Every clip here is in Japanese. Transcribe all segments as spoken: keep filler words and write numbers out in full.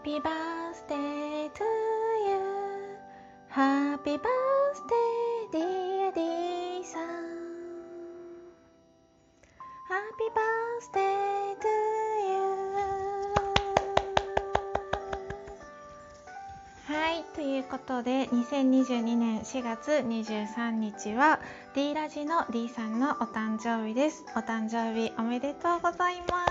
Happy birthday to you Happy birthday dear D さん Happy birthday to you はい、ということでにせんにじゅうにねんしがつにじゅうさんにちは D ラジの D さんのお誕生日です。お誕生日おめでとうございます。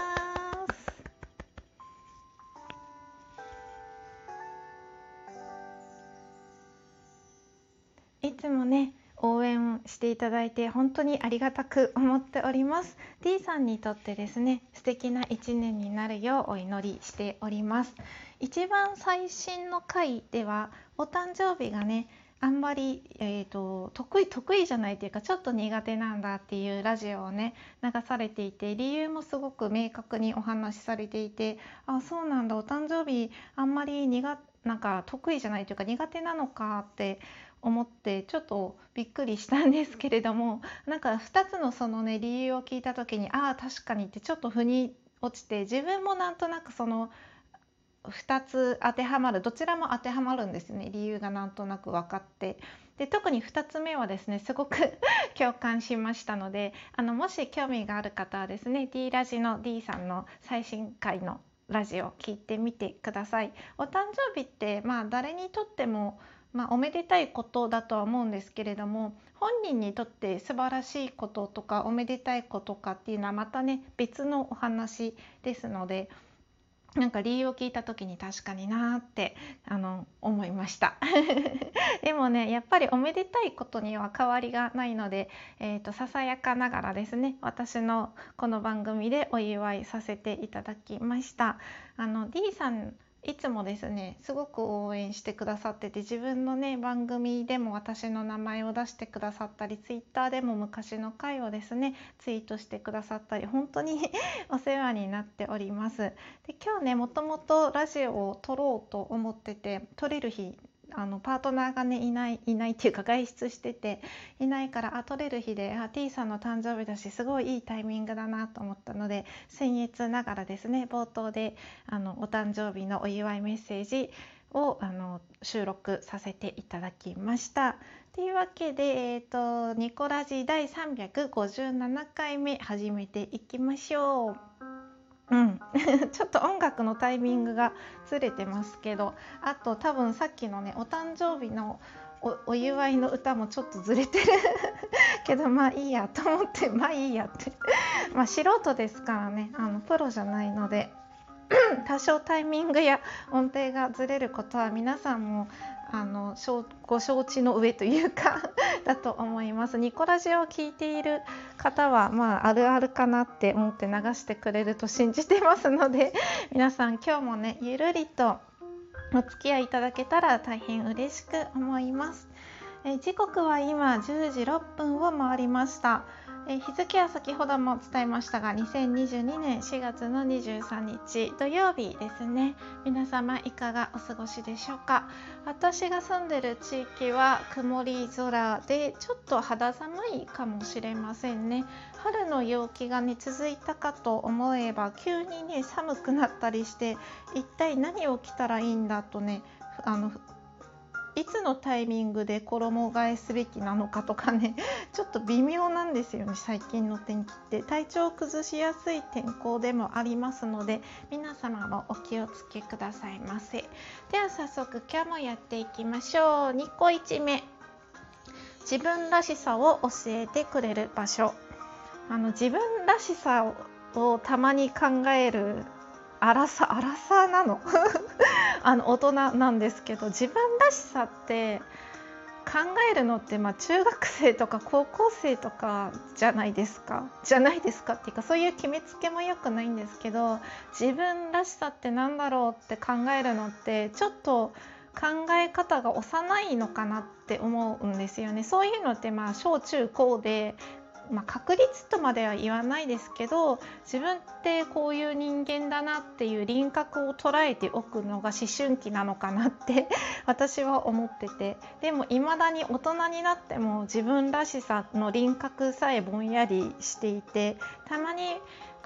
いつもね応援していただいて本当にありがたく思っております。 D さんにとってですね素敵な一年になるようお祈りしております。一番最新の回ではお誕生日がねあんまり、えーと、得意得意じゃないというかちょっと苦手なんだっていうラジオをね流されていて、理由もすごく明確にお話しされていて、あ、そうなんだ、お誕生日あんまり苦なんか得意じゃないというか苦手なのかって思ってちょっとびっくりしたんですけれども、なんかふたつのそのね理由を聞いた時にああ確かにってちょっと腑に落ちて、自分もなんとなくそのふたつ当てはまる、どちらも当てはまるんですね。理由がなんとなく分かって、で特にふたつめはですねすごく共感しましたので、あのもし興味がある方はですね D ラジの D さんの最新回のラジオを聞いてみてください。お誕生日ってまあ誰にとってもまあ、おめでたいことだとは思うんですけれども、本人にとって素晴らしいこととかおめでたいことかっていうのはまたね別のお話ですので、なんか理由を聞いた時に確かになーってあの思いましたでもねやっぱりおめでたいことには変わりがないので、えーと、ささやかながらですね私のこの番組でお祝いさせていただきました。あの D さんいつもですねすごく応援してくださってて、自分のね番組でも私の名前を出してくださったり、ツイッターでも昔の回をですねツイートしてくださったり、本当にお世話になっております。で今日ねもともとラジオを撮ろうと思ってて、撮れる日あのパートナーがねいないいないっていうか外出してていないから、あ撮れる日であ T さんの誕生日だしすごいいいタイミングだなと思ったので、僭越ながらですね冒頭であのお誕生日のお祝いメッセージをあの収録させていただきました。というわけで、えーと、ニコラジ第さんびゃくごじゅうななかいめ始めていきましょう。うん、ちょっと音楽のタイミングがずれてますけど、あと多分さっきのねお誕生日の お, お祝いの歌もちょっとずれてるけどまあいいやと思って、まあいいやってまあ素人ですからね、あのプロじゃないので多少タイミングや音程がずれることは皆さんもあのご承知の上というかだと思います。ニコラジオを聞いている方は、まあ、あるあるかなって思って流してくれると信じてますので、皆さん今日もねゆるりとお付き合いいただけたら大変嬉しく思います。え時刻は今じゅうじろっぷんを回りました。え日付は先ほども伝えましたがにせんにじゅうにねんしがつのにじゅうさんにち土曜日ですね。皆様いかがお過ごしでしょうか。私が住んでる地域は曇り空でちょっと肌寒いかもしれませんね。春の陽気がね続いたかと思えば急にね寒くなったりして、一体何を着たらいいんだとねあのいつのタイミングで衣替えすべきなのかとかねちょっと微妙なんですよね。最近の天気って体調を崩しやすい天候でもありますので、皆様もお気をつけくださいませ。では早速今日もやっていきましょう。にこいちめ、自分らしさを教えてくれる場所。あの自分らしさをたまに考えるアラサアラサーなのあの大人なんですけど、自分らしさって考えるのって、まあ、中学生とか高校生とかじゃないですかじゃないですかっていうか、そういう決めつけも良くないんですけど、自分らしさってなんだろうって考えるのってちょっと考え方が幼いのかなって思うんですよね。そういうのってまあ小中高でまあ、確率とまでは言わないですけど、自分ってこういう人間だなっていう輪郭を捉えておくのが思春期なのかなって私は思ってて、でもいまだに大人になっても自分らしさの輪郭さえぼんやりしていて、たまに考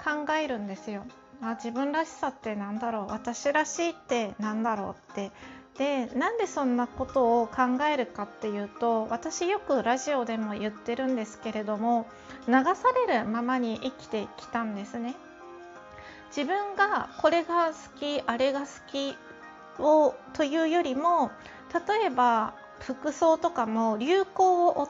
考えるんですよ。あ、自分らしさってなんだろう、私らしいってなんだろうって。で、なんでそんなことを考えるかっていうと、私よくラジオでも言ってるんですけれども、流されるままに生きてきたんですね。自分がこれが好き、あれが好きをというよりも、例えば服装とかも流行を追って、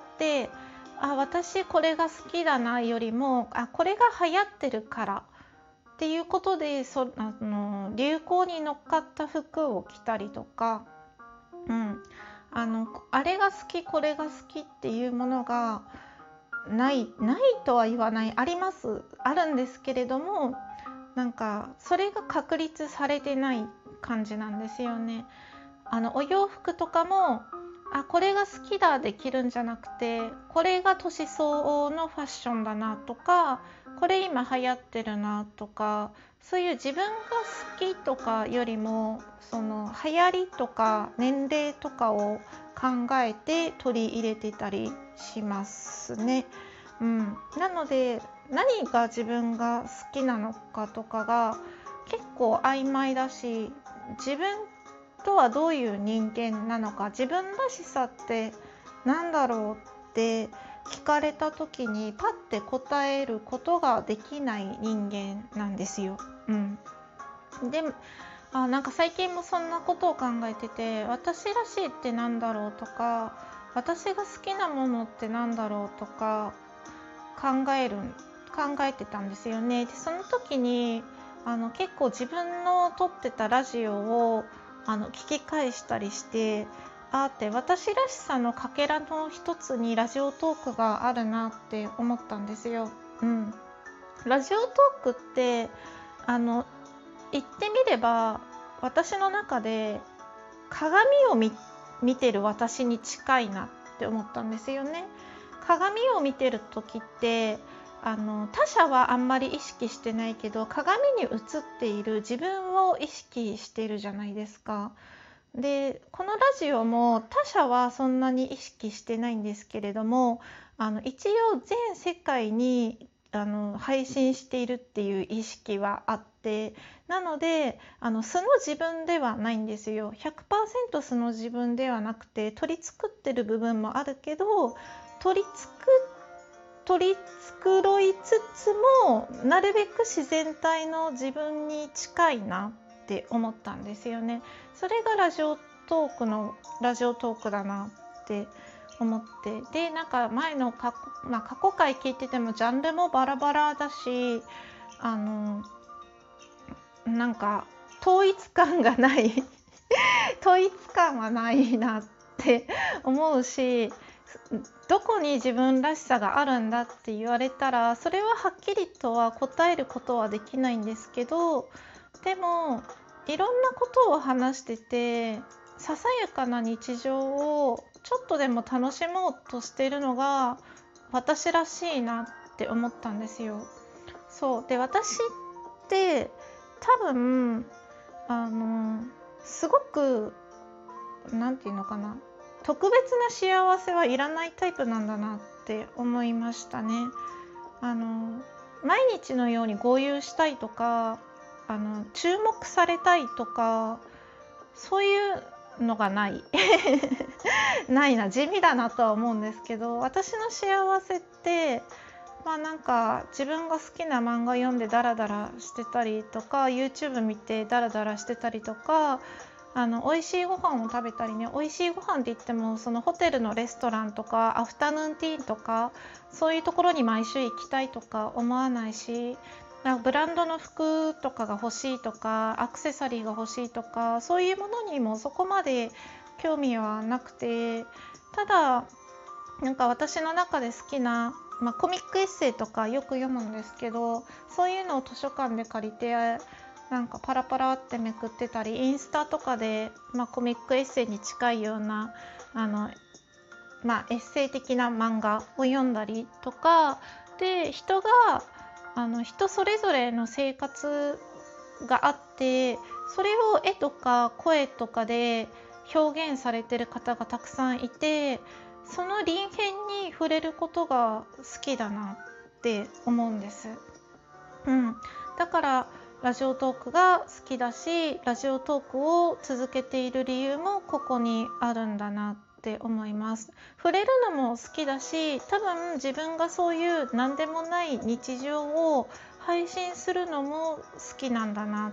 あ、私これが好きだなよりも、あ、これが流行ってるからっていうことで、そあの流行に乗っかった服を着たりとか、うん、あのあれが好きこれが好きっていうものがないないとは言わない、あります、あるんですけれども、なんかそれが確立されてない感じなんですよね。あのお洋服とかも、あ、これが好きだで着るんじゃなくて、これが年相応のファッションだなとか、これ今流行ってるなとか、そういう自分が好きとかよりも、その流行りとか年齢とかを考えて取り入れてたりしますね。うん、なので何が自分が好きなのかとかが結構曖昧だし、自分とはどういう人間なのか、自分らしさってなんだろうって聞かれた時にパッて答えることができない人間なんですよ。うん、であなんか最近もそんなことを考えてて、私らしいってなんだろうとか、私が好きなものってなんだろうとか考える考えてたんですよね。でその時にあの結構自分の撮ってたラジオをあの聞き返したりして、あーって私らしさのかけらの一つにラジオトークがあるなって思ったんですよ。うん、ラジオトークってあの言ってみれば私の中で鏡を 見, 見てる私に近いなって思ったんですよね。鏡を見てる時ってあの他者はあんまり意識してないけど、鏡に映っている自分を意識しているじゃないですか。でこのラジオも他者はそんなに意識してないんですけれども、あの一応全世界にあの配信しているっていう意識はあって、なのであの素の自分ではないんですよ。 ひゃくパーセント 素の自分ではなくて、取り繕ってる部分もあるけど、取りつく取り繕いつつもなるべく自然体の自分に近いなって思ったんですよね。それがラジオトークのラジオトークだなって思って、でなんか前の過去、まあ、過去回聞いててもジャンルもバラバラだし、あのなんか統一感がない統一感はないなって思うし、どこに自分らしさがあるんだって言われたら、それははっきりとは答えることはできないんですけど、でもいろんなことを話してて、ささやかな日常をちょっとでも楽しもうとしているのが私らしいなって思ったんですよ。そうで、私って多分あのすごくなんていうのかな、特別な幸せはいらないタイプなんだなって思いましたね。あの毎日のように豪遊したいとか、あの注目されたいとか、そういうのがないないな、地味だなとは思うんですけど、私の幸せってまあなんか自分が好きな漫画読んでダラダラしてたりとか、 YouTube 見てダラダラしてたりとか、あの美味しいご飯を食べたりね、美味しいご飯って言ってもそのホテルのレストランとかアフタヌーンティーとかそういうところに毎週行きたいとか思わないし、ブランドの服とかが欲しいとかアクセサリーが欲しいとか、そういうものにもそこまで興味はなくて、ただなんか私の中で好きな、まあ、コミックエッセイとかよく読むんですけど、そういうのを図書館で借りてなんかパラパラってめくってたり、インスタとかで、まあ、コミックエッセイに近いようなあの、まあ、エッセイ的な漫画を読んだりとかで、人があの人それぞれの生活があって、それを絵とか声とかで表現されてる方がたくさんいて、その輪辺に触れることが好きだなって思うんです。うん、 だからラジオトークが好きだし、ラジオトークを続けている理由もここにあるんだなって思います。触れるのも好きだし、多分自分がそういう何でもない日常を配信するのも好きなんだなって、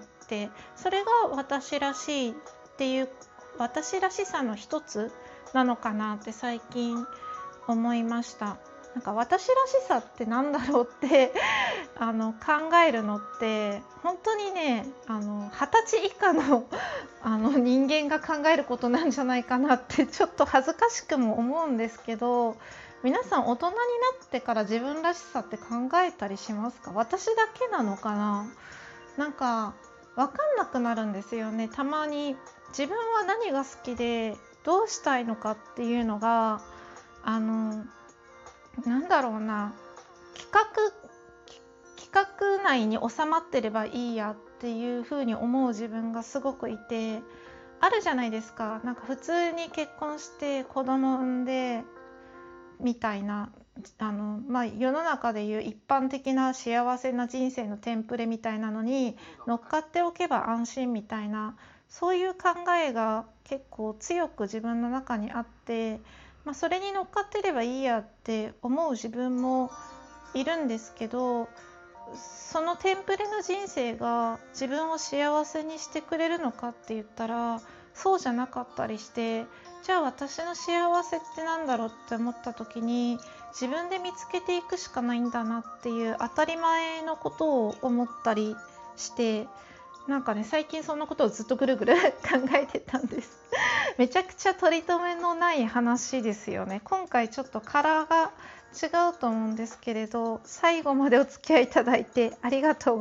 それが私らしいっていう、私らしさの一つなのかなって最近思いました。なんか私らしさってなんだろうってあの考えるのって本当にね、あのはたち以下のあの人間が考えることなんじゃないかなってちょっと恥ずかしくも思うんですけど、皆さん大人になってから自分らしさって考えたりしますか？私だけなのかな。なんか分かんなくなるんですよね。たまに自分は何が好きでどうしたいのかっていうのが、あのなんだろうな、企画企画内に収まってればいいやっていうふうに思う自分がすごくいて、あるじゃないですか。なんか普通に結婚して子供産んでみたいな、あの、まあ、世の中でいう一般的な幸せな人生のテンプレみたいなのに乗っかっておけば安心みたいな、そういう考えが結構強く自分の中にあって、まあ、それに乗っかってればいいやって思う自分もいるんですけど、そのテンプレの人生が自分を幸せにしてくれるのかって言ったらそうじゃなかったりして、じゃあ私の幸せってなんだろうって思った時に自分で見つけていくしかないんだなっていう当たり前のことを思ったりして、なんかね、最近そんなことをずっとぐるぐる考えてたんですめちゃくちゃ取り留めのない話ですよね。今回ちょっとカラーが違うと思うんですけれど、最後までお付き合いいただいてありがとうございます。